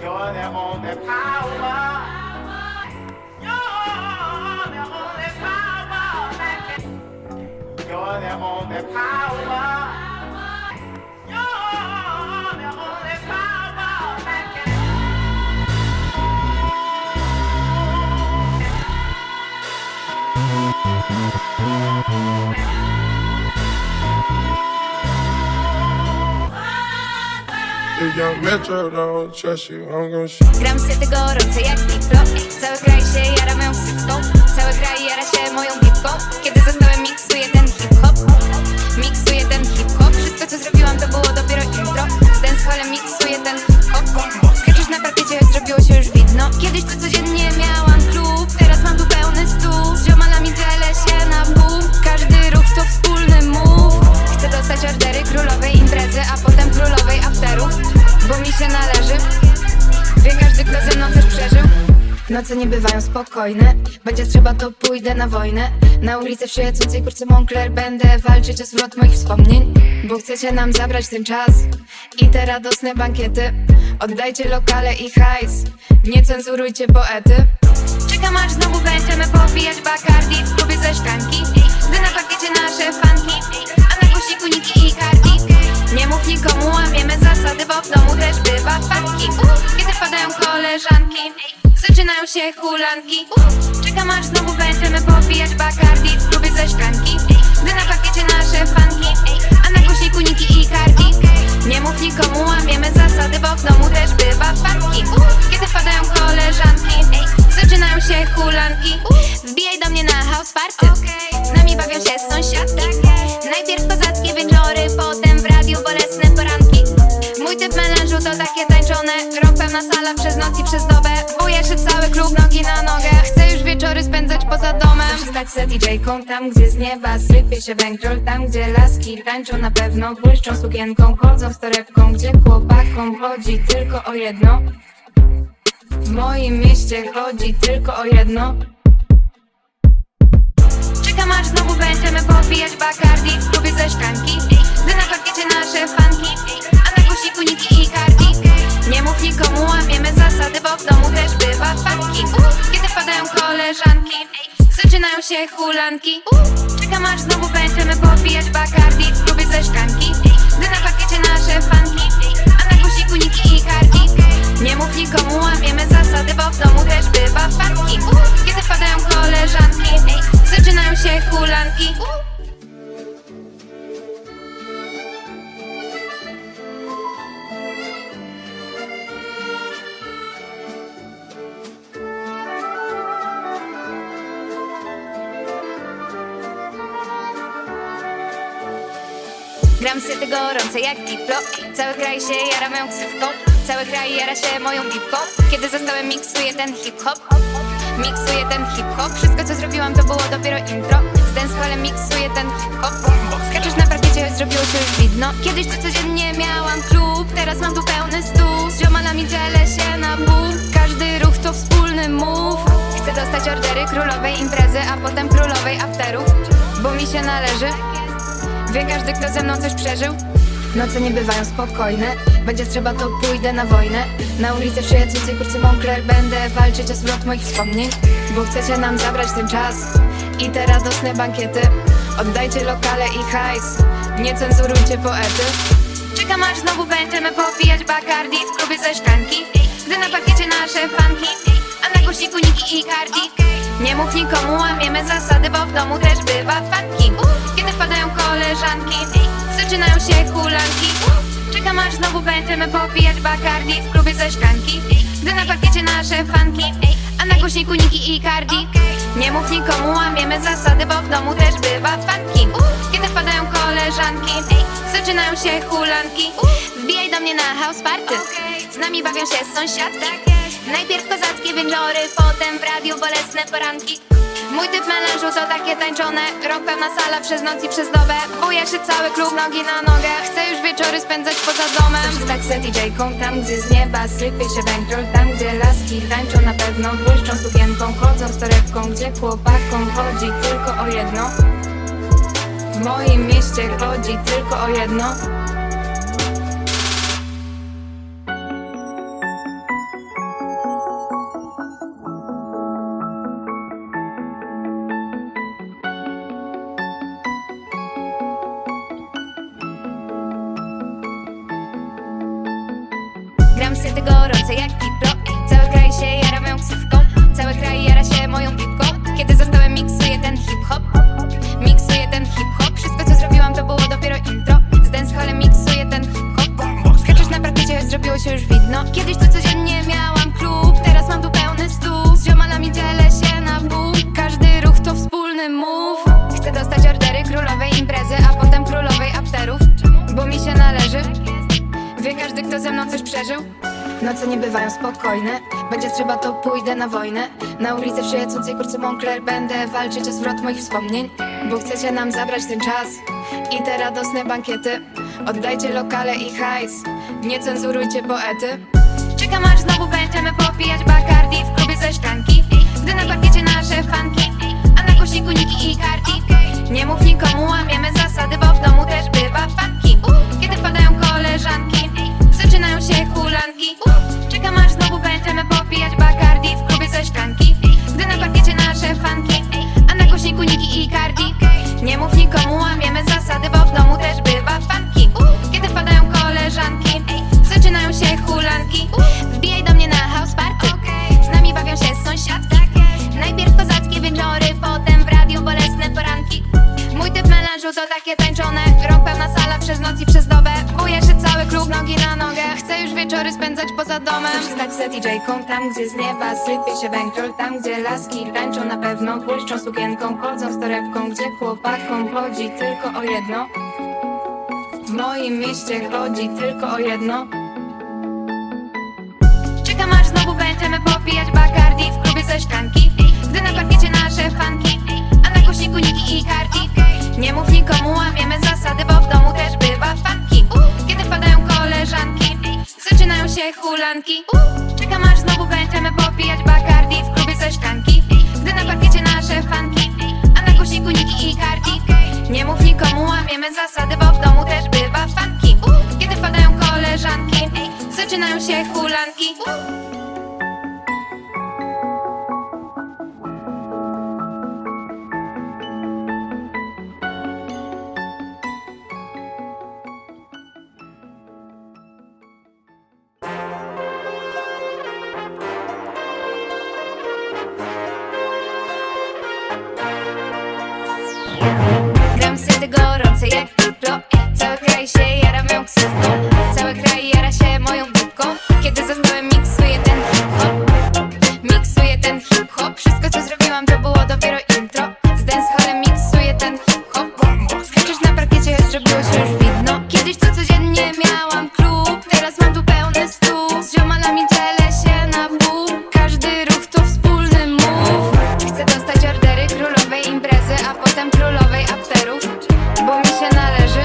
You're the only power. You're the only power that can. You're the only power. You're the only power that can. If young Metro don't trust you, I'm gon' shoot. Gram sety gorące jak Diplo. Cały kraj się jara moją ksywką. Cały kraj jara się moją bipką. Kiedy zostałem miksuję ten hip-hop. Miksuję ten hip-hop. Wszystko co zrobiłam to było dopiero intro. Z dancehallem miksuję ten hip-hop. Skaczesz na parkiecie, choć zrobiło się już widno. Kiedyś to codziennie miałam klub. Teraz mam tu pełny stół. Z ziomalami dzielę się na pół. Każdy ruch to wspólny move. Chcę dostać ordery królowej imprezy, a potem królowej afterów. Bo mi się należy. Wie każdy, kto ze mną też przeżył. Noce nie bywają spokojne. Będzie trzeba, to pójdę na wojnę. Na ulicę w szyjecącej kurce Moncler będę walczyć o zwrot moich wspomnień. Bo chcecie nam zabrać ten czas i te radosne bankiety. Oddajcie lokale i hajs, nie cenzurujcie poety. Czekam aż znowu będziemy popijać Bacardi w klubie ze szklanki. Gdy na pakiecie nasze fanki, a na głośniku Niki i Cardi. Nie mów nikomu, łamiemy zasady, bo w domu też bywa fanki. Kiedy wpadają koleżanki, zaczynają się hulanki. Czekam aż znowu będziemy popijać Bacardi w klubie ze szklanki. Gdy na pakiecie nasze fanki, a na głośniku Niki i Cardi. Nie mów nikomu, łamiemy zasady, bo w domu też bywa fanki. Kiedy wpadają koleżanki, zaczynają się hulanki. Wbijaj do mnie na house party, z nami bawią się sąsiadki. Najpierw kozackie wieczory, potem w radiu bolesne poranki. Mój typ melanżu to takie tańczone. Rok pełna sala przez noc i przez dobę. Bujeszy cały klub, nogi na nogę. Chcę już wieczory spędzać poza domem. Chcę stać se DJ-ką, tam gdzie z nieba sypie się bankroll. Tam gdzie laski tańczą na pewno, błyszczą sukienką, chodzą z torebką. Gdzie chłopakom chodzi tylko o jedno. W moim mieście chodzi tylko o jedno. Czekam aż znowu będziemy popijać Bacardi w klubie ze szklanki. Gdy na pakiecie nasze fanki, a na głośniku Niki i Cardi. Nie mów nikomu, łamiemy zasady, bo w domu też bywa fanki. Kiedy wpadają koleżanki, zaczynają się hulanki. Czekam aż znowu będziemy popijać Bacardi w klubie ze szklanki. Gdy na pakiecie nasze fanki, a na głośniku Niki i Cardi. Nie mów nikomu, łamiemy zasady, bo w domu też bywa fanki. Kiedy wpadają koleżanki, zaczynają się hulanki. Gram sety gorące jak Diplo. Cały kraj się jara moją ksywką. Cały kraj jara się moją bipką. Kiedy zostałem miksuję ten hip-hop. Miksuję ten hip-hop. Wszystko co zrobiłam to było dopiero intro. Z dancehallem miksuję ten hip-hop. Skaczesz na parkiecie, choć zrobiło się już widno. Kiedyś to codziennie miałam klub. Teraz mam tu pełny stół. Z ziomalami dzielę się na pół. Każdy ruch to wspólny move. Chcę dostać ordery królowej imprezy, a potem królowej afterów. Bo mi się należy. Wie każdy, kto ze mną coś przeżył. Noce nie bywają spokojne. Będzie trzeba, to pójdę na wojnę. Na ulicę w szyjecącej kurce Moncler będę walczyć o zwrot moich wspomnień. Bo chcecie nam zabrać ten czas i te radosne bankiety. Oddajcie lokale i hajs, nie cenzurujcie poety. Czekam aż znowu będziemy popijać Bacardi w klubie ze szklanki. Gdy na pakiecie nasze fanki, a na głośniku Niki i Cardi. Nie mów nikomu, łamiemy zasady, bo w domu też bywa fanki. Kiedy wpadają koleżanki, zaczynają się hulanki. Czekam aż znowu będziemy popijać Bacardi w klubie ze szklanki. Gdy na pakiecie nasze fanki, a na głośniku Niki i Cardi. Nie mów nikomu, łamiemy zasady, bo w domu też bywa fanki. Kiedy wpadają koleżanki, zaczynają się hulanki. Wbijaj do mnie na house party, z nami bawią się sąsiadki. Najpierw kozackie wieczory, potem w radiu bolesne poranki. Mój typ melanżu to takie tańczone. Rok pełna sala przez noc i przez dobę. Bujeszy cały klub, nogi na nogę. Chcę już wieczory spędzać poza domem. Chcę stać se DJ-ką, tam gdzie z nieba sypie się bankroll. Tam gdzie laski tańczą na pewno, błyszczą sukienką, chodzą z torebką. Gdzie chłopakom chodzi tylko o jedno. W moim mieście chodzi tylko o jedno. Gram sety gorące jak Kipro. Cały kraj się jara moją ksywką. Cały kraj jara się moją piłką. Kiedy zostałem miksuję ten hip-hop. Miksuję ten hip-hop. Wszystko co zrobiłam to było dopiero intro. Z dancehallem miksuję ten hip-hop. Skaczesz na parkiecie, zrobiło się już widno. Kiedyś tu codziennie miałam klub. Teraz mam tu pełny stół. Z ziomalami dzielę się na pół. Każdy ruch to wspólny move. Chcę dostać ordery królowej imprezy, a potem królowej afterów. Bo mi się należy. Wie każdy, kto ze mną coś przeżył. Noce nie bywają spokojne. Będzie trzeba, to pójdę na wojnę. Na ulicy w szyjecącej kurce Moncler będę walczyć o zwrot moich wspomnień. Bo chcecie nam zabrać ten czas i te radosne bankiety. Oddajcie lokale i hajs, nie cenzurujcie poety. Czekam aż znowu będziemy popijać Bacardi w klubie ze szklanki. Gdy na parkiecie nasze fanki, a na głośniku Niki i Cardi. Nie mów nikomu, łamiemy zasady, bo w domu też bywa funky. Kiedy padają koleżanki, zaczynają się hulanki. Czekam aż znowu będziemy popijać Bacardi w klubie ze szklanki. Gdy na parkiecie nasze fanki, a na głośniku Niki i Cardi. Nie mów nikomu, łamiemy zasady, bo w domu też bywa funky. Kiedy padają koleżanki, zaczynają się hulanki. Wbijaj do mnie na house party, z nami bawią się sąsiadki. Najpierw kozackie wieczory, potem w radiu bolesne poranki. Mój typ melanżu to takie tańczone. Rąk pełna sala przez noc i przez dobę. Buje się cały klub, nogi na nogę. Chcę już wieczory spędzać poza domem. Chcę przestać z DJ-ką, tam gdzie z nieba sypie się bankroll. Tam gdzie laski tańczą na pewno, błyszczą sukienką, chodzą z torebką. Gdzie chłopakom chodzi tylko o jedno. W moim mieście chodzi tylko o jedno. Czekam aż znowu będziemy popijać Bacardi w klubie ze szklanki. Gdy na parkiecie nasze fanki, a na głośniku Niki i Cardi. Nie mów nikomu, łamiemy zasady, bo w domu też bywa funky. Kiedy padają koleżanki, zaczynają się hulanki. Czekam aż znowu będziemy popijać Bacardi w klubie ze szklanki. Gdy na parkiecie nasze fanki, a na głośniku Niki i Cardi. Nie mów nikomu, łamiemy zasady, bo w domu też bywa funky. Kiedy padają koleżanki, zaczynają się hulanki. Gram sety gorące jak Kipro. Cały kraj się jara moją ksywką. Cały kraj jara się moją piłką. Kiedy zostałem miksuję ten hip-hop. Miksuję ten hip-hop. Wszystko co zrobiłam to było dopiero intro. Z dancehallem miksuję ten hip-hop. Skaczesz na parkiecie, zrobiło się już widno. Kiedyś to codziennie miałam klub. Teraz mam tu pełny stół. Z ziomalami dzielę się na pół. Każdy ruch to wspólny move. Chcę dostać ordery królowej imprezy, a potem królowej afterów. Bo mi się należy.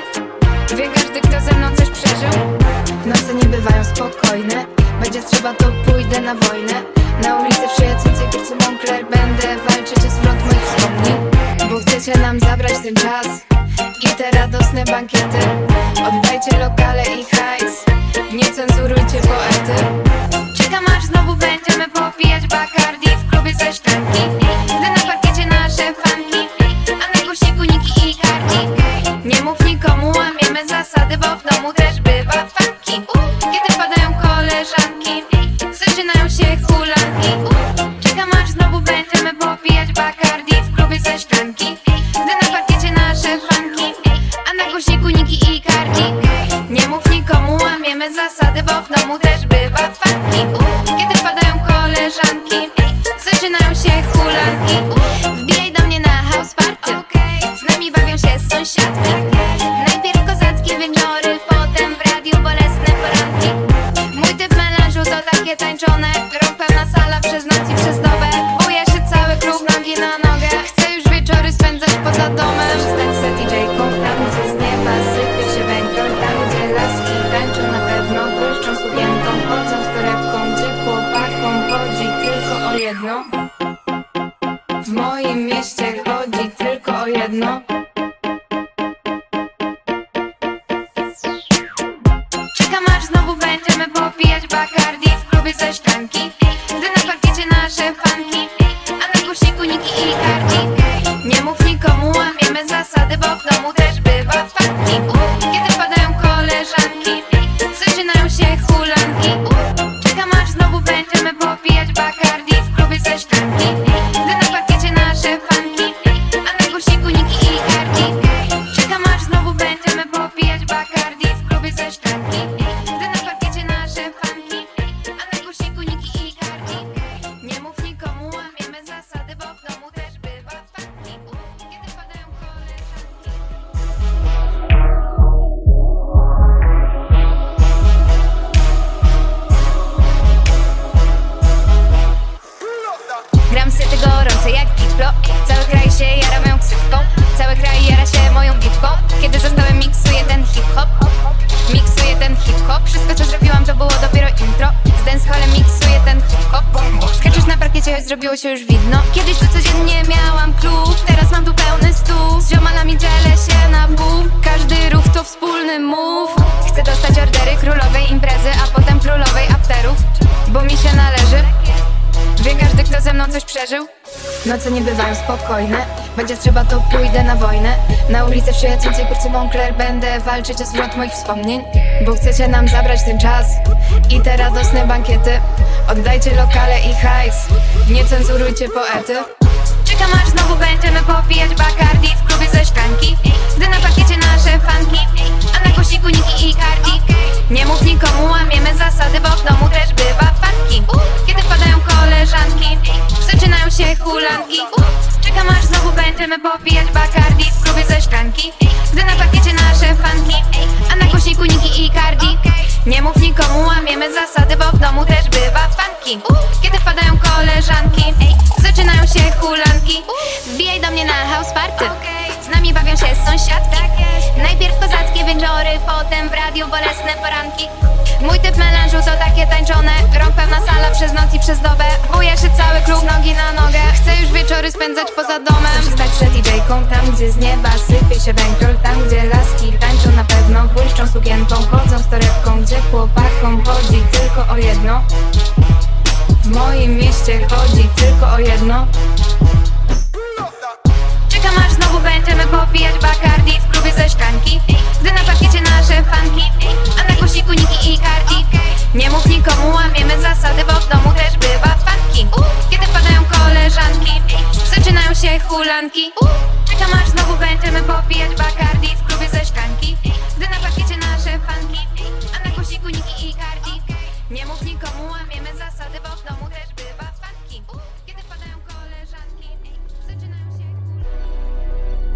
Wie każdy, kto ze mną coś przeżył. Noce nie bywają spokojne. Będzie trzeba, to pójdę na wojnę. Na ulicy w szyjecącej kurce Moncler będę walczyć o zwrot moich wspomnień. Bo chcecie nam zabrać ten czas i te radosne bankiety. Oddajcie lokale i hajs, nie cenzurujcie poety. Czekam aż znowu będziemy popijać Bacardi w klubie ze szklanki. Gdy na parkiecie nasze fanki, a na głośniku Niki i Cardi. Nie mów nikomu, łamiemy zasady, bo w domu też bywa funky. Kiedy padają koleżanki, zaczynają się hulanki. Czekam aż znowu będziemy popijać Bacardi w klubie ze szklanki. Gdy na parkiecie nasze fanki, a na głośniku Niki i Cardi. Nie mów nikomu, łamiemy zasady, bo w domu też bywa funky. Kiedy padają koleżanki, zaczynają się hulanki. Wbijaj do mnie na house party, z nami bawią się sąsiadki. Najpierw kozackie wieczory, potem w radiu bolesne poranki. Mój typ melanżu to takie tańczone. Rąk pełna sala przez noc i przez dobę. Buje się cały klub, nogi na nogę. Chcę już wieczory spędzać poza domem. Przestać z DJ-ką, tam gdzie z nieba sypie się bankroll. Tam gdzie laski tańczą na pewno, błyszczą sukienką, chodzą z torebką. Gdzie chłopakom chodzi tylko o jedno. W moim mieście chodzi tylko o jedno. Czekam aż znowu będziemy popijać Bacardi w klubie ze szklanki. Gdy na parkiecie nasze fanki, a na głośniku Niki i Cardi. Nie mów nikomu, łamiemy zasady, bo w domu też bywa funky. Kiedy padają koleżanki, zaczynają się hulanki. Czekam aż znowu będziemy popijać Bacardi w klubie ze szklanki. Gdy na parkiecie nasze fanki, a na głośniku Niki i Cardi. Czekam aż znowu będziemy popijać Bacardi w klubie ze szklanki. Gdy na parkiecie nasze fanki, a na głośniku Niki i Cardi. Nie mów nikomu, łamiemy zasady, bo w domu też bywa fanki. Kiedy padają koleżanki. Gram sety gorące jak diplo. Cały kraj się jara moją ksywką. Cały kraj jara się moją bitką. Kiedy zostałem miksuję ten hip-hop. Miksuję ten hip-hop. Wszystko co zrobiłam to było dopiero intro. Z dancehallem miksuję ten hip-hop. Skaczesz na parkiecie, choć zrobiło się już widno. Kiedyś tu codziennie miałam klub. Teraz mam tu pełny stół. Z ziomalami dzielę się na pół. Każdy ruch to wspólny move. Chcę dostać ordery królowej imprezy, a potem królowej afterów, bo mi się należy. Wie każdy, kto ze mną coś przeżył. Noce nie bywają spokojne. Będzie trzeba, to pójdę na wojnę. Na ulicę w szyjecącej kurce Moncler będę walczyć o zwrot moich wspomnień, bo chcecie nam zabrać ten czas i te radosne bankiety. Oddajcie lokale i hajs, nie cenzurujcie poety. Czekam aż znowu będziemy popijać Bacardi w klubie ze szklanki. Gdy na parkiecie nasze fanki, a na głośniku Niki i Cardi. Nie mów nikomu, łamiemy zasady, bo w domu też bywa fanki. Kiedy padają koleżanki, zaczynają się hulanki. Czekam aż znowu będziemy popijać Bacardi w klubie ze szklanki. Gdy na parkiecie nasze fanki, a na głośniku Niki i Cardi. Nie mów nikomu, łamiemy zasady, bo w domu też bywa fanki. Kiedy padają koleżanki, zaczynają się hulanki. Wbijaj do mnie na house party, z nami bawią się sąsiadki. Najpierw kozackie wieczory, potem w radiu bolesne poranki. Mój typ melanżu to takie tańczone, rąk pełna sala przez noc i przez dobę. Bujeszy cały klub, nogi na nogę. Chcę już wieczory spędzać poza domem. Chcę stać przed DJ-ką, tam gdzie z nieba sypie się węgiel. Tam gdzie laski tańczą na pewno, błyszczą sukienką, chodzą z torebką. Gdzie chłopakom chodzi tylko o jedno. W moim mieście chodzi tylko o jedno. Czekam aż znowu będziemy popijać Bacardi w klubie ze szklanki. Gdy na parkiecie nasze fanki, a na głośniku Niki i Cardi. Nie mów nikomu, łamiemy zasady, bo w domu też bywa fanki. Kiedy padają koleżanki, zaczynają się hulanki. Czekam aż znowu będziemy popijać Bacardi w klubie ze szklanki. Gdy na parkiecie nasze fanki, a na głośniku Niki i Cardi. Nie mów nikomu, łamiemy zasady, bo w domu też bywa fanki. Kiedy padają koleżanki, zaczynają się hulanki.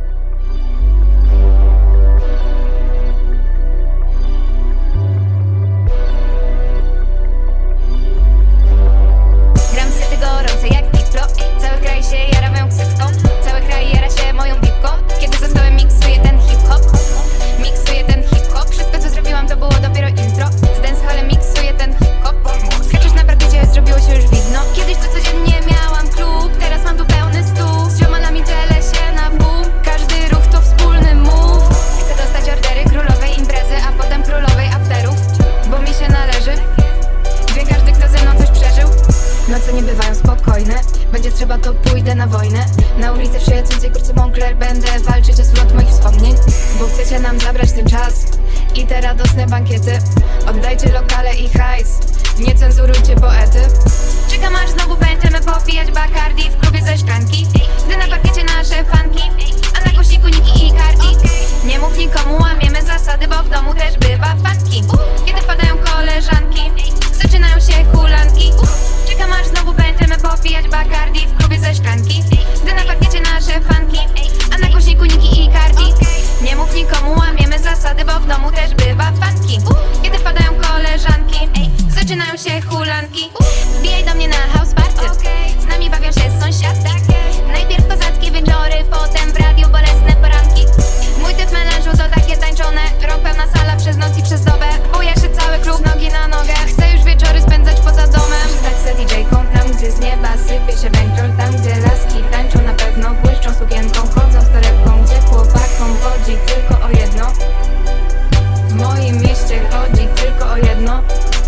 Gram sety gorące jak diplo. Cały kraj się jara moją ksywką. Cały kraj jara się moją bitką. Kiedy zostałem miksuję ten hip-hop. Miksuję ten hip-hop. Wszystko co zrobiłam to było dopiero intro. Z dancehallem miksuję ten hip-hop. Skaczesz na parkiecie, zrobiło się już widno. Kiedyś to codziennie miałam klub. Teraz mam tu pełny stół. Z ziomalami dzielę się na pół. Każdy ruch to wspólny move. Chcę dostać ordery królowej imprezy, a potem królowej afterów, bo mi się należy. Wie każdy, kto ze mną coś przeżył. Noce nie bywają spokojne. Będzie trzeba, to pójdę na wojnę. Na ulicę w szyjecącej kurce Moncler będę walczyć o zwrot moich wspomnień, bo chcecie nam zabrać ten czas i te radosne bankiety. Oddajcie lokale i hajs, nie cenzurujcie poety. Czekam aż znowu będziemy popijać Bacardi w klubie ze szklanki. Gdy na parkiecie nasze fanki, a na głośniku Niki i Cardi. Nie mów nikomu, łamiemy zasady, bo w domu też bywa fanki. Kiedy padają koleżanki, zaczynają się hulanki. Czekam aż znowu będziemy popijać Bacardi w klubie ze szklanki. Gdy na parkiecie nasze fanki, a na głośniku Niki i Cardi. Nie mów nikomu, łamiemy zasady, bo w domu też bywa fanki. Kiedy padają koleżanki, zaczynają się hulanki. Wbijaj do mnie na house party, z nami bawią się sąsiadki. Najpierw kozackie wieczory, potem w radiu bolesne poranki. Mój typ melanżu to takie tańczone, rąk pełna sala przez noc i przez dobę. Bujeszy cały klub, nogi na nogę. Chcę już wieczory spędzać poza domem. Stać se DJ-ką, tam gdzie z nieba sypie się węgiel. Tam gdzie laski tańczą na pewno, błyszczą sukienką, chodzą z torebką. Gdzie chłopakom chodzi tylko o jedno. W moim mieście chodzi tylko o jedno.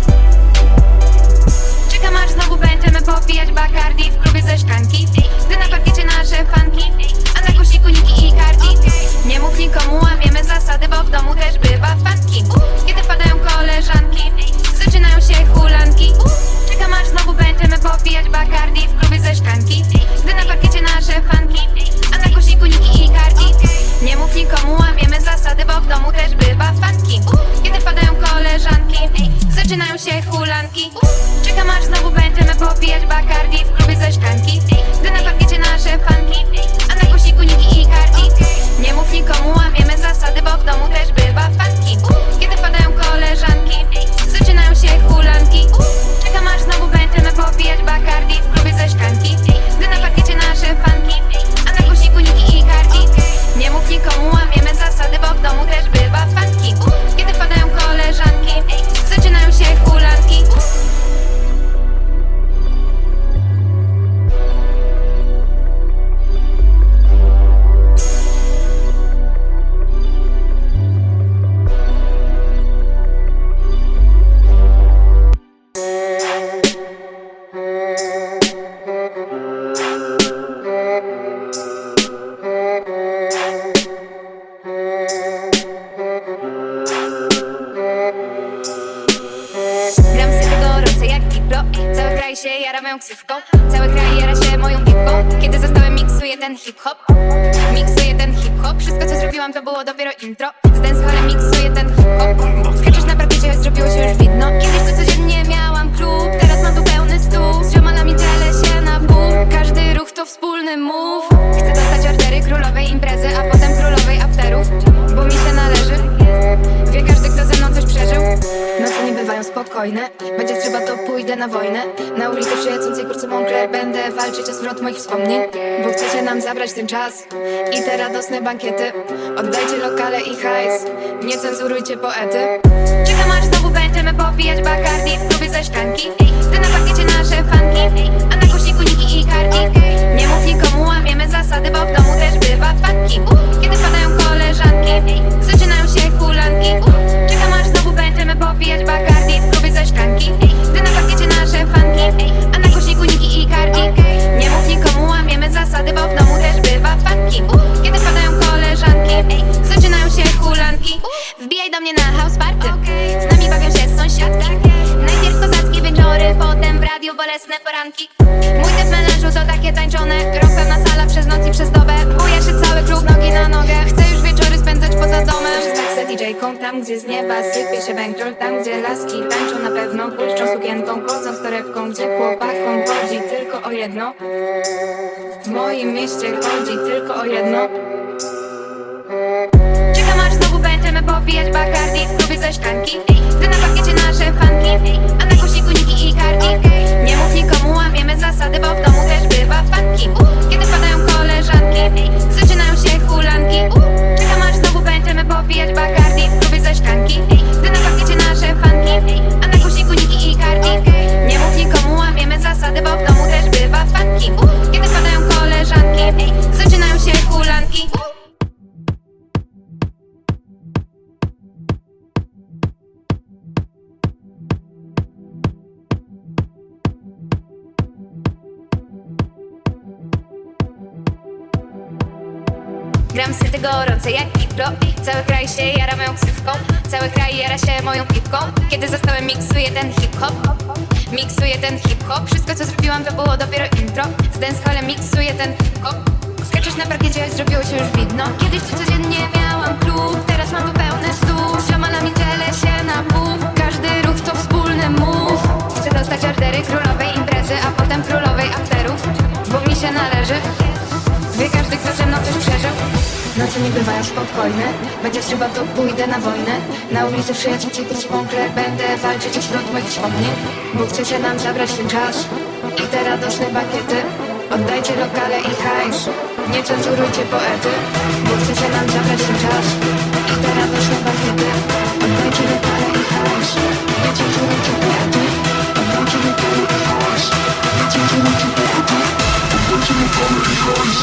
Czekam aż znowu będziemy popijać Bacardi w klubie ze szklanki. Gdy na parkiecie nasze fanki, a na głośniku Niki i Cardi. Nie mów nikomu, łamiemy zasady, bo w domu też bywa fanki. Kiedy padają koleżanki, szklanki. Gdy na parkiecie nasze fanki, a na głośniku niki i karki. Nie mów nikomu, łamiemy zasady, bo w domu też bywa funky. Kiedy padają koleżanki, zaczynają się hulanki. Czekam aż znowu będziemy popijać Bacardi w klubie ze szklanki. Gdy na parkiecie nasze fanki, a na głośniku niki i karki. Nie mów nikomu, łamiemy zasady, bo w domu też bywa funky. Kiedy padają koleżanki, zaczynają się hulanki. Czekam aż znowu będziemy popijać Bacardi w klubie ze szklanki. Gdy na parkiecie nasze fanki, a na głośniku niki i karki. Nie mów nikomu, łamiemy zasady, bo w domu też bywa funky. Kiedy padają koleżanki, zaczynają się hulanki. Gram sobie gorące jak diplo. Cały kraj się jara moją ksywką. Cały kraj jara się moją pipką. Kiedy zostałem miksuję ten hip-hop. Miksuję ten hip-hop. Wszystko co zrobiłam to było dopiero intro. Z dancehallem miksuję ten hip-hop. Skaczesz na parkiecie, zrobiło się już widno. Kiedyś to codziennie miałam klub. Teraz mam tu pełny stół. Z ziomalami dzielę się na pół. Każdy ruch to wspólny move. Chcę dostać ordery królowej imprezy, a potem królowej afterów. Bo mi się należy. Wie każdy kto ze mną coś przeżył. Noce nie bywają spokojne. Będzie trzeba to pójdę na wojnę. Na ulicy przy jecącej kurce Moncler będę walczyć o zwrot moich wspomnień. Bo chcecie nam zabrać ten czas i te radosne bankiety. Oddajcie lokale i hajs, nie cenzurujcie poety. Czekam aż znowu będziemy popijać Bacardi w klubie ze szklanki. Gdy na parkiecie nasze fanki, a na głośniku niki i karki. Nie mów nikomu, łamiemy zasady, bo w domu też bywa funky. Kiedy padają koleżanki, zaczynają się hulanki. Czekam aż znowu będziemy popijać Bacardi w klubie ze szklanki. Gdy na parkiecie nasze fanki, a na głośniku niki i karki. Nie mów nikomu, łamiemy zasady, bo w domu też bywa funky. Kiedy padają koleżanki, zaczynają się hulanki. Wbijaj do mnie na house party, z nami bawią się sąsiadki. Najpierw kozackie wieczory, potem w radiu bolesne poranki. Mój typ melanżu to takie tańczone, rozpełna sala przez noc i przez dobę. Buja się cały klub, nogi na nogę. Chcę już wieczory spędzać poza domem. Tak se DJ-ką, tam gdzie z nieba sypie się bankroll. Tam gdzie laski tańczą na pewno, błyszczą sukienką, chodzą z torebką. Gdzie chłopakom chodzi tylko o jedno. W moim mieście chodzi tylko o jedno. Czekam aż znowu będziemy popijać Bacardi w klubie ze szklanki. Gdy na parkiecie nasze fanki, a na głośniku niki i karki. Nie mów nikomu, łamiemy zasady, bo w domu też bywa funky. Kiedy padają koleżanki, zaczynają się hulanki. Czekam aż znowu będziemy popijać Bacardi w klubie ze szklanki. Gdy na parkiecie nasze fanki, a na głośniku niki i karki. Nie mów nikomu, łamiemy zasady, bo w domu też bywa funky. Kiedy padają koleżanki, zaczynają się hulanki. Gram syty gorące jak diplo. Cały kraj się jara moją ksywką. Cały kraj jara się moją pipką. Kiedy zostałem miksuję ten hip-hop. Miksuję ten hip-hop. Wszystko co zrobiłam to było dopiero intro. Z dancehallem miksuję ten hip-hop. Skaczesz na parkiecie, zrobiło się już widno. Kiedyś tu codziennie miałam klub. Teraz mam tu pełny stół. Z ziomalami dzielę się na pół. Każdy ruch to wspólny move. Chcę dostać ordery królowej imprezy, a potem królowej afterów. Bo mi się należy. Wie każdy kto ze mną coś przeżył. Noce nie bywają spokojne. Będzie trzeba to pójdę na wojnę. Na ulicy przy jecącej kurce Moncler będę walczyć o zwrot moich wspomnień. Bo chcecie nam zabrać ten czas i te radosne bankiety. Oddajcie lokale i hajs, nie cenzurujcie poety. Bo chcecie nam zabrać ten czas i te radosne bankiety. Oddajcie lokale i hajs, nie cenzurujcie poety. Oddajcie lokale i hajs, nie cenzurujcie poety. Oddajcie lokale i hajs,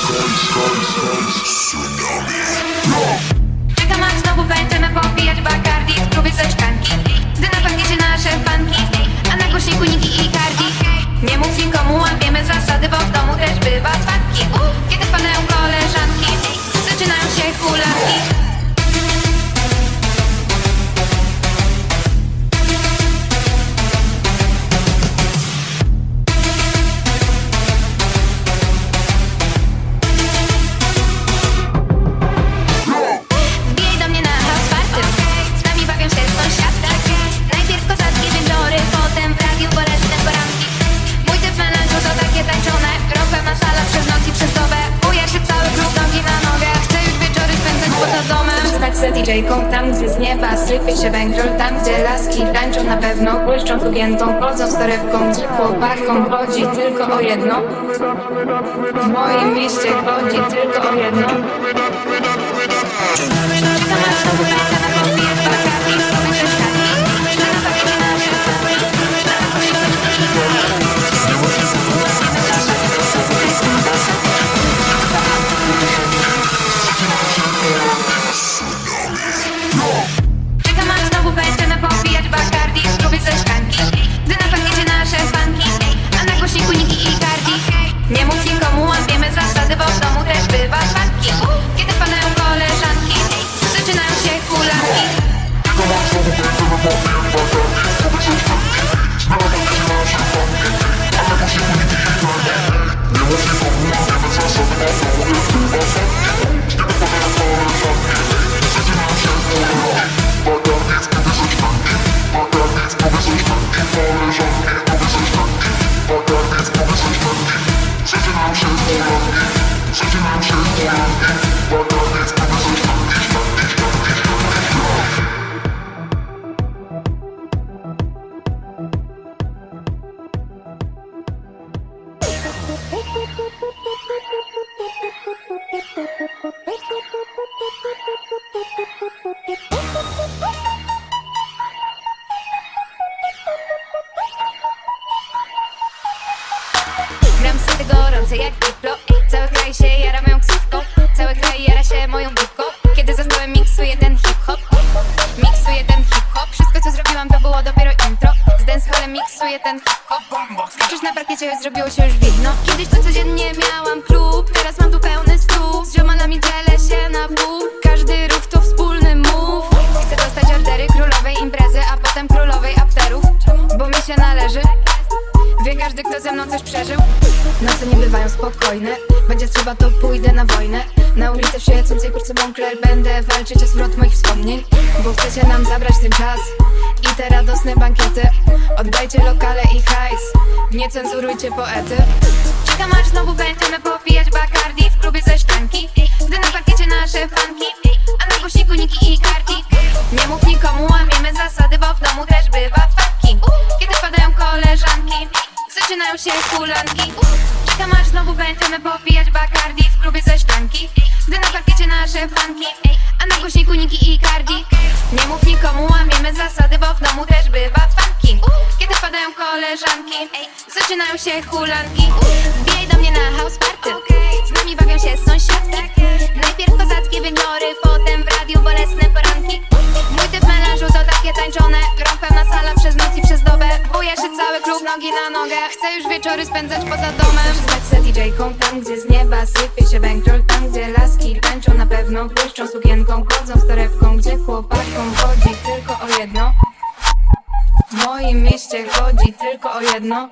Czekam aż znowu będziemy popijać Bacardi w klubie ze szklanki. Gdy na parkiecie nasze fanki, a na głośniku niki i karki. Nie mów nikomu, łapiemy zasady, bo w domu też bywa funky. Kiedy padają koleżanki, zaczynają się hulanki. DJ-ką. Tam gdzie z nieba sypie się węgiel, tam gdzie laski tańczą na pewno, błyszczą sukienką, chodzą z torebką, gdzie chłopakom chodzi tylko o jedno. W moim mieście chodzi tylko o jedno. Czekam aż znowu będziemy popijać Bacardi w klubie ze szklanki, gdy na parkiecie nasze fanki, a na głośniku Niki i Cardi. Nie mów nikomu, łapiemy zasady, bo w domu też bywa spadki. Kiedy padają koleżanki, zaczynają się hulanki. Gram sobie gorące jak diplo, cały kraj się jara moją ksywką, cały kraj jara się moją butką. Kiedy za stołem miksuję ten hip-hop, miksuję ten hip-hop. Wszystko co zrobiłam to było dopiero intro, z dancehallem miksuję ten hip-hop. Skaczesz na parkiecie, zrobiło się już widno. Kiedyś to codziennie miałam klub, teraz mam tu pełny stół. Z ziomalami dzielę się na pół, każdy ruch to wspólny move. Chcę dostać ordery królowej imprezy, a potem królowej afterów, bo mi się należy. Wie każdy, kto ze mną coś przeżył. Noce nie bywają spokojne, będzie trzeba to pójdę na wojnę. Na ulicę w świecącej kurce Moncler będę walczyć o zwrot moich wspomnień, bo chcecie nam zabrać ten czas i te radosne bankiety. Oddajcie lokale i hajs, nie cenzurujcie poety. Czekam aż znowu będziemy popijać Bacardi w klubie ze szklanki, gdy na parkiecie nasze fanki, a na głośniku Niki i Cardi. Nie mów nikomu, łamiemy zasady, bo w domu też bywa spadki. Kiedy padają koleżanki, zaczynają się hulanki. Czekam aż znowu będziemy popijać Bacardi w klubie ze szklanki, gdy na parkiecie nasze fanki, a na głośniku Niki i Cardi. Nie mów nikomu, łamiemy zasady, bo w domu też bywa spadki. Kiedy padają koleżanki, zaczynają się hulanki. Wbijaj do mnie na house party, z nami bawią się sąsiadki. Najpierw kozackie wyniory, potem w radiu bolesne poranki. Mój typ melanżu to takie tańczone, grą pełna sala przez noc i przez dobę. Buja się cały klub, nogi na nogę, chcę już wieczory spędzać poza domem. Stać se DJ-ką, tam gdzie z nieba sypie się węgiel, tam gdzie laski tańczą na pewno, błyszczą sukienką, chodzą z torebką, gdzie chłopakom chodzi tylko o jedno. W moim mieście chodzi tylko o jedno.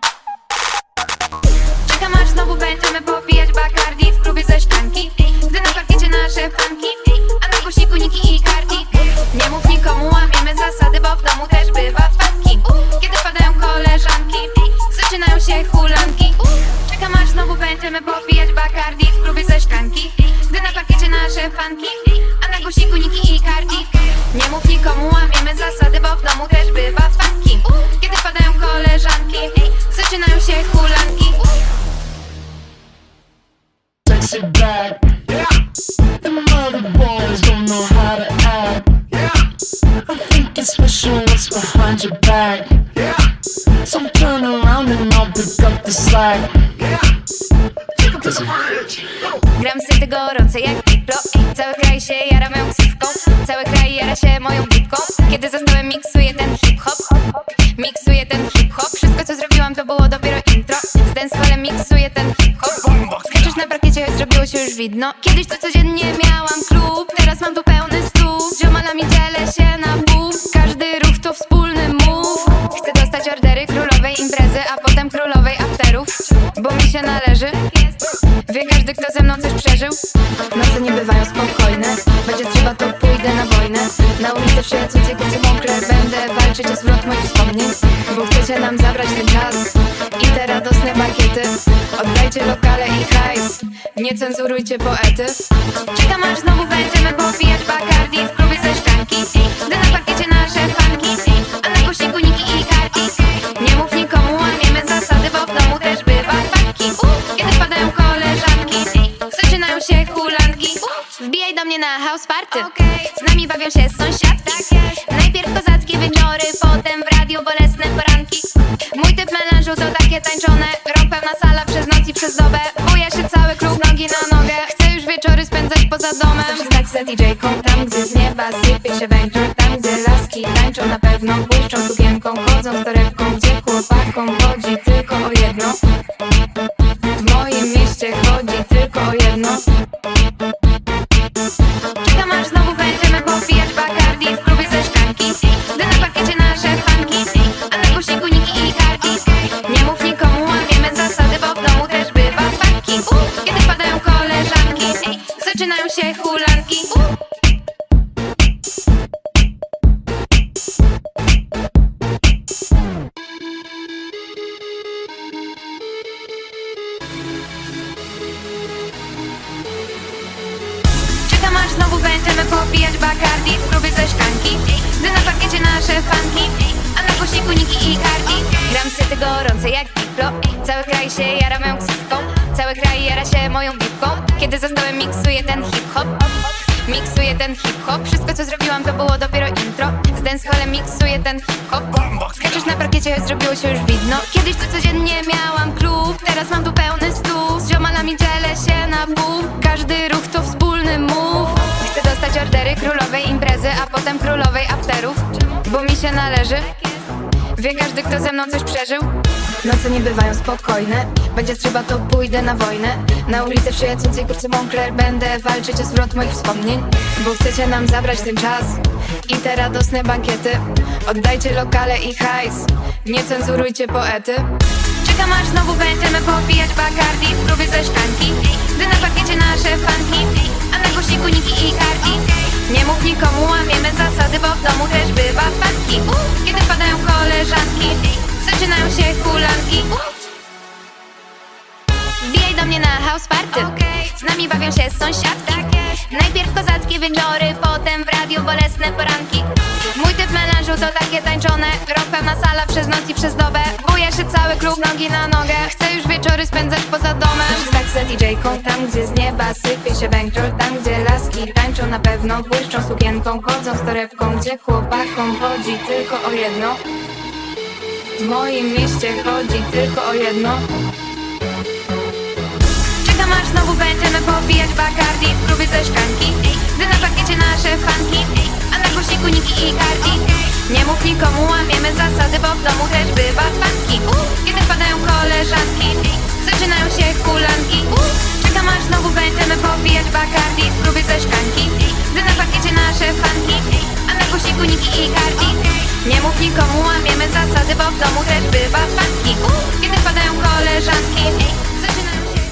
Czekam aż znowu będziemy popijać Bacardi w klubie ze szklanki, gdy na parkiecie nasze fanki, a na głośniku Niki i Cardi. Nie mów nikomu, łamiemy zasady, bo w domu też bywa spadki. Kiedy padają koleżanki, zaczynają się hulanki. Czekam aż znowu będziemy popijać Bacardi w klubie ze szklanki, gdy na parkiecie nasze fanki, a na głośniku Niki i Cardi. Nie mów nikomu, łamiemy zasady, bo w domu też bywa spadki. Kiedy padają koleżanki, zaczynają się hulanki. Sexy back, the mother boys don't know how to act. I think it's special what's behind your back. So turn around and I'll pick up the slack. Gram sobie gorące jak diplo, cały kraj się jara moją ksywką, cały kraj jara się moją butką. Kiedy za stołem miksuję ten hip-hop, miksuję ten hip-hop. Wszystko co zrobiłam to było dopiero intro, z dancehallem miksuję ten hip-hop. Skaczesz na parkiecie, zrobiło się już widno. Kiedyś to codziennie miałam klub, teraz mam tu pełny stół. Z ziomalami dzielę się na pół, każdy ruch to wspólny move. Chcę dostać ordery królowej imprezy, a potem królowej afterów, bo mi się należy. Wie każdy, kto ze mną coś przeżył. Noce nie bywają spokojne, będzie trzeba to pójdę na wojnę. Na ulicę w świecącej kurce Moncler będę walczyć o zwrot moich wspomnień, bo chcecie nam zabrać ten czas i te radosne bankiety. Oddajcie lokale i hajs, nie cenzurujcie poety. Czekam aż znowu będziemy popijać Bacardi w klubie szklanki, gdy na parkiecie nasze fanki, a na głośniku niki i karki. Nie mów nikomu, łamiemy zasady, bo w domu też bywa faki. Kiedy wpadają koleżanki, zaczynają się hulanki. Wbijaj do mnie na house party, z nami bawią się sąsiadki. Najpierw kozackie wieczory, potem w radio bolesne poranki. Mój typ melanżu to takie tańczone, rok pełna sala przez noc i przez dobę. Buje się cały klub, nogi na nogę. Chcę już wieczory spędzać poza domem. Chcę stać za DJ-ką, tam gdzie z nieba sypie się węgiel. Tam gdzie laski tańczą na pewno, błyszczą sukienką, chodzą z torebką. Gdzie chłopakom chodzi tylko o jedno. W moim mieście chodzi tylko o jedno. Czekam aż znowu będziemy popijać Bacardi w klubie ze szklanki, gdy na parkiecie nasze fanki, a na głośniku niki i karki. Nie mów nikomu, łamiemy zasady, bo w domu też bywa faki. Kiedy wpadają koleżanki, zaczynają się hulanki. Czekam aż znowu będziemy popijać Bacardi w klubie ze szklanki, gdy na parkiecie nasze fanki, a na głośniku niki i karki. Gram syty gorące jak diplo, cały kraj się jara moją ksywką, cały kraj jara się moją bibką. Kiedy za stołem miksuję ten hip-hop, miksuję ten hip-hop. Wszystko co zrobiłam to było dopiero intro. Z dancehallem miksuję ten hip-hop. Skaczesz na parkiecie, zrobiło się już widno. Kiedyś to codziennie miałam klub, teraz mam tu pełny stół. Z ziomalami dzielę się na pół, każdy ruch to wspólny move. Chcę dostać ordery królowej imprezy, a potem królowej afterów, bo mi się należy. Wie każdy, kto ze mną coś przeżył. Noce nie bywają spokojne, będzie trzeba to pójdę na wojnę. Na ulicę w szyjecącej kurce Moncler będę walczyć o zwrot moich wspomnień, bo chcecie nam zabrać ten czas i te radosne bankiety. Oddajcie lokale i hajs, nie cenzurujcie poety. Czekam aż znowu będziemy popijać Bacardi w klubie ze szklanki, gdy na parkiecie nasze fanki, a na głośniku niki i karki. Nie mów nikomu, łamiemy zasady, bo w domu też bywa faki. Kiedy wpadają koleżanki, zaczynają się hulanki. Wbijaj do mnie na house party, z nami bawią się sąsiadki. Najpierw kozackie wieczory, potem w radio bolesne poranki. Mój typ melanżu to takie tańczone, rok pełna sala przez noc i przez dobę. Buje się cały klub, nogi na nogę. Chcę już wieczory spędzać poza domem. Tak za DJ-ką, tam gdzie z nieba sypie się węgiel. Tam gdzie laski tańczą na pewno, błyszczą sukienką, chodzą z torebką. Gdzie chłopakom chodzi tylko o jedno. W moim mieście chodzi tylko o jedno. Czekam aż znowu będziemy popijać Bacardi w klubie ze szklanki, gdy na parkiecie nasze fanki, a na głośniku niki i karki. Nie mów nikomu, łamiemy zasady, bo w domu też bywa faki. Kiedy wpadają koleżanki, zaczynają się hulanki. Czekam aż znowu będziemy popijać Bacardi w klubie ze szklanki, gdy na parkiecie nasze fanki, a na głośniku niki i karki. Nie mów nikomu, łamiemy zasady, bo w domu też bywa faki. Kiedy wpadają koleżanki, zaczynają się.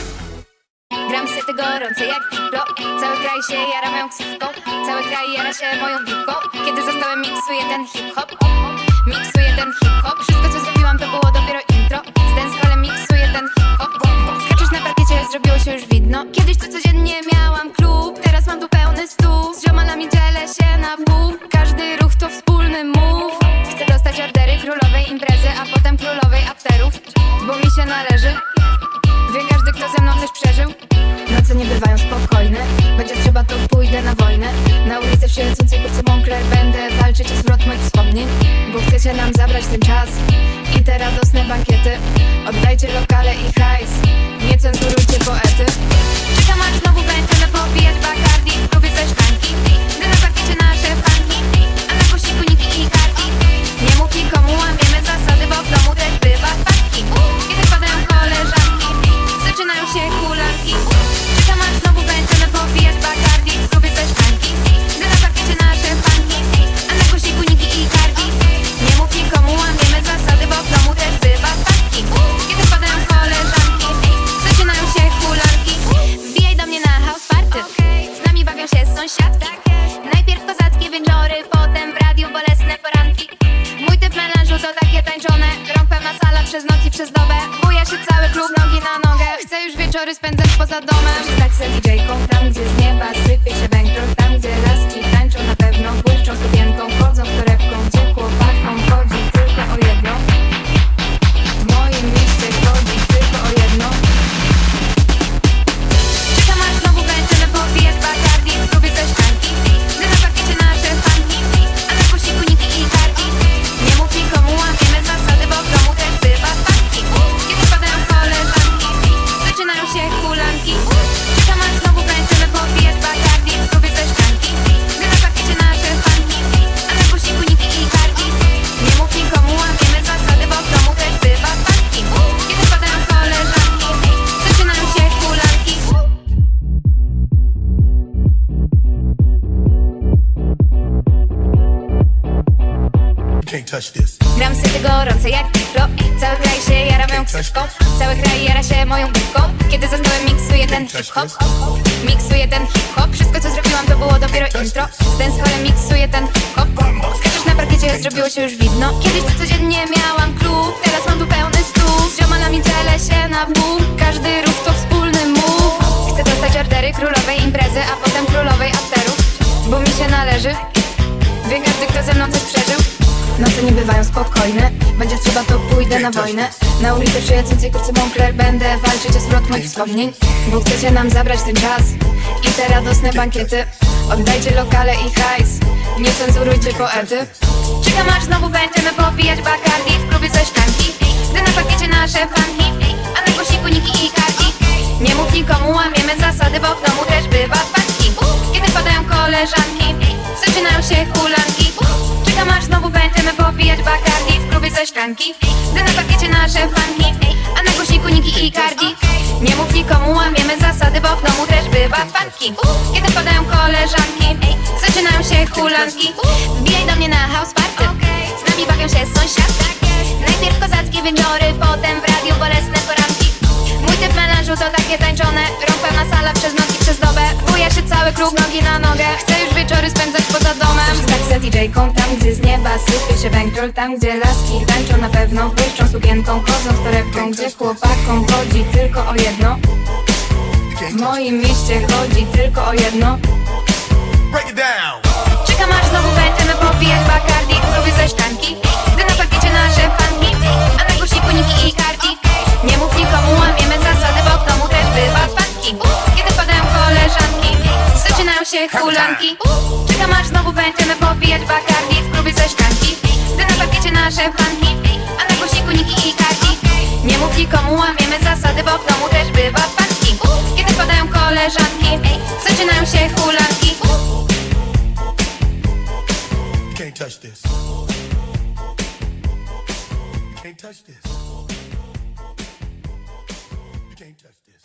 Gram syty gorące jak diplo, cały kraj się jara moją ksywką, cały kraj jara się moją bibką. Kiedy za stołem miksuję ten hip-hop, miksuję ten hip-hop. Wszystko co zrobiłam to było dopiero intro. Z dancehallem miksuję ten hip-hop. Skaczesz na parkiecie, zrobiło się już widno. Kiedyś to codziennie miałam klub, teraz mam tu pełny stół. Z ziomalami dzielę się na pół, każdy ruch to wspólny move. Chcę dostać ordery królowej imprezy, a potem królowej afterów, bo mi się należy. Wie każdy, kto ze mną coś przeżył. Noce nie bywają spokojne, będzie trzeba to pójdę na wojnę. Na ulicę w szyjecącej kurce Moncler będę walczyć o zwrot moich wspomnień, bo chcecie nam zabrać ten czas i te radosne bankiety. Oddajcie lokale i hajs, nie cenzurujcie poety. Czekam aż znowu będziemy popijać Bacardi w klubie ze szklanki, gdy na parkiecie nasze fanki, a na głośniku niki i karki. Nie mów nikomu, łamiemy zasady, bo w domu też bywa faki. Kiedy wpadają koleżanki, zaczynają się hulanki. Czekam aż znowu będziemy popijać Bacardi w klubie ze szklanki, gdy na parkiecie nasze fanki, a na głośniku niki i karki. Nie mów nikomu, łamiemy zasady, bo w domu też bywa faki. Kiedy wpadają koleżanki, zaczynają się hulanki. Wbijaj do mnie na house party, z nami bawią się sąsiadki. Najpierw kozackie wieczory, potem w radio bolesne poranki. Mój typ melanżu to takie tańczone, rąk pełna sala przez noc i przez dobę. Buje się cały klub, nogi na nogę. Chcę już wieczory spędzać poza domem. Stać za DJ-ką, tam gdzie z nieba sypie się węgiel. Tam gdzie laski tańczą na pewno. gorące jak mikro. Cały kraj się jara moją książką. Cały kraj jara się moją bitką. Kiedy zostałem miksuję ten hip-hop. Miksuję ten hip-hop. Wszystko co zrobiłam to było dopiero intro. Z dancehallem miksuję ten hip-hop. Skaczesz na parkiecie, zrobiło się już widno. Kiedyś to codziennie miałam klub. Teraz mam tu pełny stół. Z ziomalami dzielę się na pół. Każdy ruch to wspólny move. Chcę dostać ordery królowej imprezy, a potem królowej afterów, bo mi się należy. Wie każdy, kto ze mną coś przeżył. Noce nie bywają spokojne. Będzie trzeba, to pójdę na wojnę. Na ulicę przy jacącej kurce Moncler będę walczyć o zwrot moich wspomnień, bo chcecie nam zabrać ten czas i te radosne bankiety. Oddajcie lokale i hajs, nie cenzurujcie poety. Czekam aż znowu będziemy popijać Bacardi w klubie ze szklanki, gdy na pakiecie nasze fanki, a na głośniku Niki i Cardi. Nie mów nikomu, łamiemy zasady, bo w domu też bywa fanki. Kiedy padają koleżanki, zaczynają się hulanki. Czekam aż znowu będziemy popijać Bacardi w klubie ze szklanki, gdy na pakiecie nasze fanki, a na głośniku Niki i Cardi. Nie mów nikomu, łamiemy zasady, bo w domu też bywa fanki. Kiedy padają koleżanki, zaczynają się hulanki. Wbijaj do mnie na house party, z nami bawią się sąsiadki. Najpierw kozackie wieczory, potem w radiu bolesne poranki. Mój typ melanżu to takie tańczone, rąk pełna sala przez noc i przez dobę. Buja się cały klub, nogi na nogę. Chcę już wieczory spędzać poza domem. Tak z DJ-ką, tam gdzie z nieba sypie się węgiel. Tam gdzie laski tańczą na pewno, błyszczą sukienką, chodzą z torebką. Gdzie chłopakom chodzi tylko o jedno. W moim mieście chodzi tylko o jedno. Czekam aż znowu będziemy popijać Bacardi w klubie ze szklanki, gdy na pakiecie nasze fanki, a na głośniku Niki i Cardi. Nie mów nikomu, łamiemy zasady, bo w domu też bywa fanki. Kiedy padają koleżanki, zaczynają się hulanki. Czekam aż znowu będziemy popijać Bacardi w klubie ze szklanki, gdy na pakiecie nasze fanki, a na głośniku Niki i Cardi. Nie mów nikomu, łamiemy zasady, bo w domu też bywa fanki. Kiedy padają koleżanki, zaczynają się hulanki. Can't touch this. Can't touch this. Can't touch this.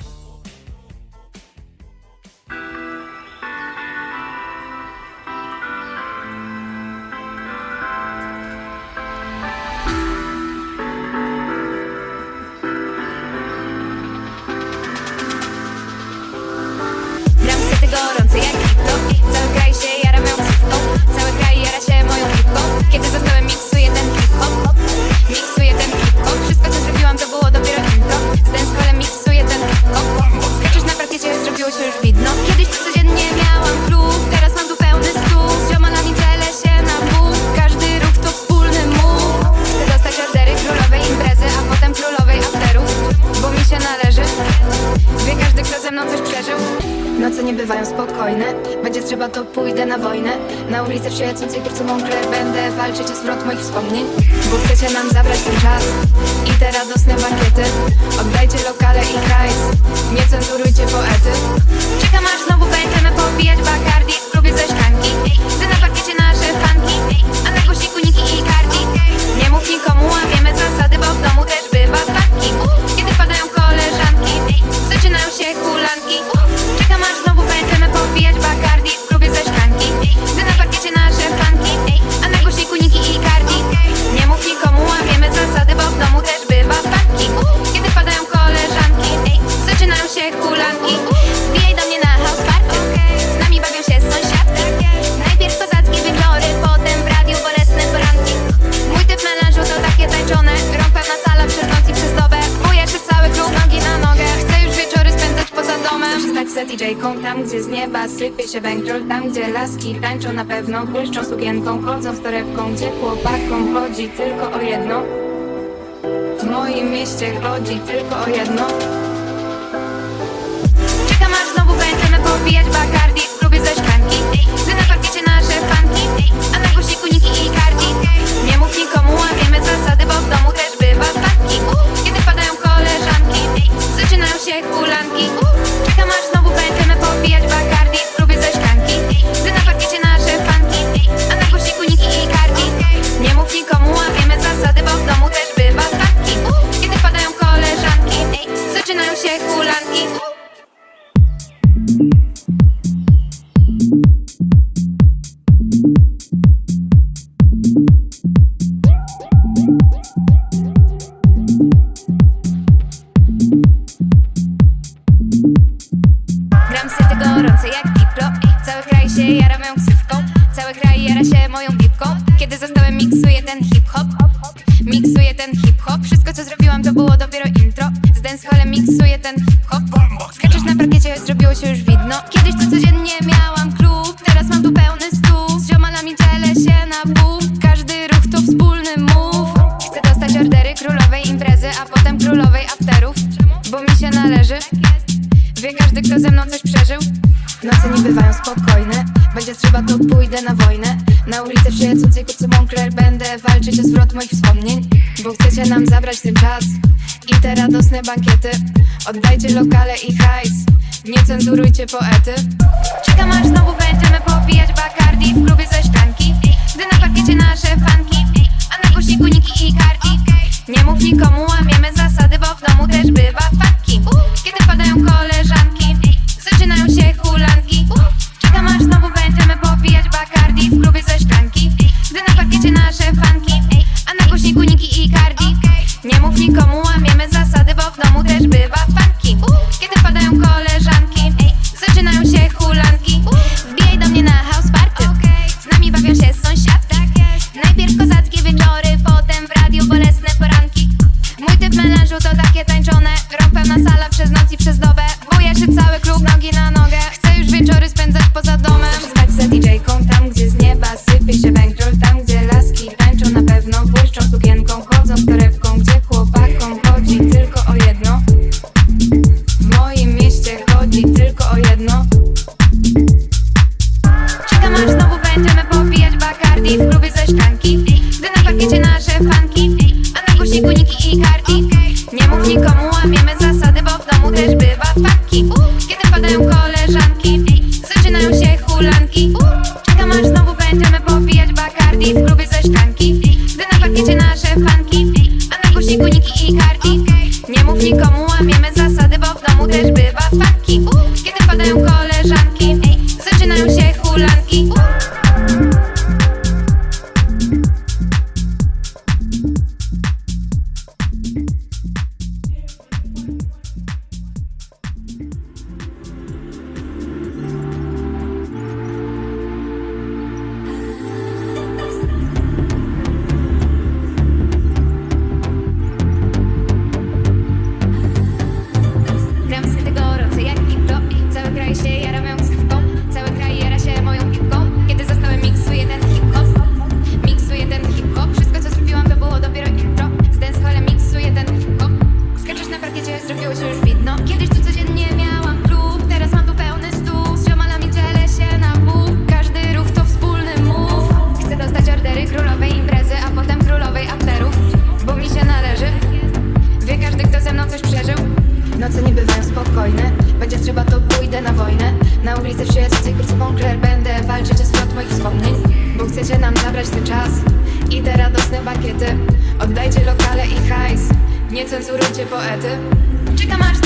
Gram sety gorące jak mikro. Cały kraj się jara moją ksywką. Cały kraj jara się moją bitką. Kiedy zostałem miksuję ten hip-hop. Miksuję ten hip-hop. Wszystko co zrobiłam to było dopiero intro. Z dancehallem miksuję ten hip-hop. Skaczesz na parkiecie, zrobiło się już widno. Kiedyś to codziennie miałam klub. Teraz mam tu pełny stół. Z ziomalami dzielę się na pół. Każdy ruch to wspólny move. Chcę dostać ordery królowej imprezy, a potem królowej afterów, bo mi się należy. Wie każdy, kto ze mną coś przeżył. Noce nie bywają spokojne. Będzie trzeba, to pójdę na wojnę. Na ulicę przy jacącej kurce Moncler będę walczyć o zwrot moich wspomnień, bo chcecie nam zabrać ten czas i te radosne bankiety. Oddajcie lokale i hajs, nie cenzurujcie poety. Czekam aż znowu będziemy popijać Bacardi w klubie ze szklanki, gdy na pakiecie nasze fanki, a na głośniku Niki i Cardi. Nie mów nikomu, łamiemy zasady, bo w domu też bywa fanki. Kiedy padają koleżanki, zaczynają się hulanki. Czekam aż znowu będziemy popijać Bacardi w klubie ze szklanki, gdy na pakiecie nasze fanki, a na głośniku Niki i Cardi. Nie mów nikomu, łamiemy zasady, bo w domu też bywa fanki. Kiedy padają koleżanki, zaczynają się hulanki. Wbijaj do mnie na house party, z nami bawią się sąsiadki. Najpierw kozackie wieczory, potem w radiu bolesne poranki. Mój typ melanżu to takie tańczone, rąk pełna sala przez noc i przez dobę. Buja się cały klub, nogi na nogę. Chcę już wieczory spędzać poza domem. Przystać z DJ-ką, tam gdzie z nieba sypie się węgiel. Tam gdzie laski tańczą na pewno, błyszczą sukienką, chodzą z torebką. Gdzie chłopakom chodzi tylko o jedno. W moim mieście chodzi tylko o jedno. Czekam aż znowu będziemy popijać Bacardi w klubie ze szklanki, gdy na parkiecie nasze fanki, a na głośniku Niki i Cardi. Nie mów nikomu, łamiemy zasady, bo w domu też bywa fanki. Kiedy padają koleżanki, zaczynają się hulanki. Czekam aż znowu będziemy popijać Bacardi w klubie ze szklanki, gdy na parkiecie nasze fanki, a na głośniku Niki i Cardi. Nie mów nikomu, łamiemy zasady, bo w domu też bywa fanki. Kiedy padają koleżanki, zaczynają się hulanki. się jara moją ksywką, cały kraj jara się moją bibką. Kiedy zostałem miksuję ten hip-hop, miksuję ten hip-hop. Wszystko co zrobiłam to było dopiero intro. Z dancehallem miksuję ten hip-hop. Skaczesz na parkiecie, zrobiło się już widno. Kiedyś to codziennie miałam klub, teraz mam tu pełny stół. Z ziomalami dzielę się na pół, każdy ruch to wspólny move. Chcę dostać ordery królowej imprezy, a potem królowej afterów, bo mi się należy. Wie każdy kto ze mną coś przeżył. Noce nie bywają spokojne, będzie trzeba to pójdę na wojnę. Na ulicę w świecącej kurce Moncler będę walczyć o zwrot moich wspomnień, bo chcecie nam zabrać ten czas i te radosne bankiety. Oddajcie lokale i hajs, nie cenzurujcie poety. Czekam aż znowu będziemy popijać Bacardi w klubie ze szklanki, gdy na parkiecie nasze fanki, a na głośniku Niki i Cardi. Nie mów nikomu, łamiemy zasady, bo w domu też bywa funky. Kiedy padają koleżanki, zaczynają się hulanki. Czekam aż znowu będziemy popijać Bacardi w klubie ze szklanki, gdy na parkiecie nasze fanki, a na głośniku Niki i Cardi. Nie mów nikomu, łamiemy zasady, bo w domu też bywa funky. Kiedy padają koleżanki, zaczynają się hulanki. Wbijaj do mnie na house party, z nami bawią się sąsiadki. Najpierw kozackie wieczory, potem w radiu bolesne poranki. Mój typ melanżu to takie tańczone, rąk pełna sala przez noc i przez dobę. Buja się cały klub, nogi na nogę. Chcę już wieczory spędzać poza domem. Chcę stać za DJ-ką, tam gdzie z nieba sypie się bankroll, tam gdzie laski tańczą na pewno, błyszczą sukienką, chodzą z torebką, gdzie chłopakom chodzi tylko o jedno. W moim mieście chodzi tylko o jedno. Czekam aż znowu będziemy popijać Bacardi w klubie ze szklanki, gdy na parkiecie nasze fanki, a na głośniku Niki i Cardi. Nie mów nikomu, łamiemy zasady, bo w domu też bywa funky. Kiedy padają koleżanki, zaczynają się hulanki. Czekam aż znowu będziemy popijać Bacardi w klubie ze szklanki, gdy na parkiecie nasze fanki, a na głośniku Niki i Cardi. Nie mów nikomu, łamiemy zasady, bo w domu też bywa funky. Kiedy padają koleżanki, zaczynają się hulanki. Gram wtedy gorące jak hip-hop, cały kraj się jara moją ksywką, cały kraj jara się moją bibką. Kiedy zostałem miksuję ten hip-hop, miksuję ten hip-hop. Wszystko co zrobiłam to było dopiero intro. Z dancehallem miksuję ten hip-hop. Skaczesz na parkiecie, zrobiło się już widno. Kiedyś tu codziennie miałam klub, teraz mam tu pełny stół. Z ziomalami dzielę się na pół, każdy ruch to wspólny move. Chcę dostać ordery królowej imprezy, a potem królowej afterów, bo mi się należy. Wie każdy kto ze mną coś przeżył. Noce nie bywają spokojne, będzie trzeba to pójdę na wojnę. Na ulicy w świecącej kurce Moncler będę walczyć o zwrot moich wspomnień, bo chcecie nam zabrać ten czas i te radosne bankiety. Oddajcie lokale i hajs, nie cenzurujcie poety. Czekam aż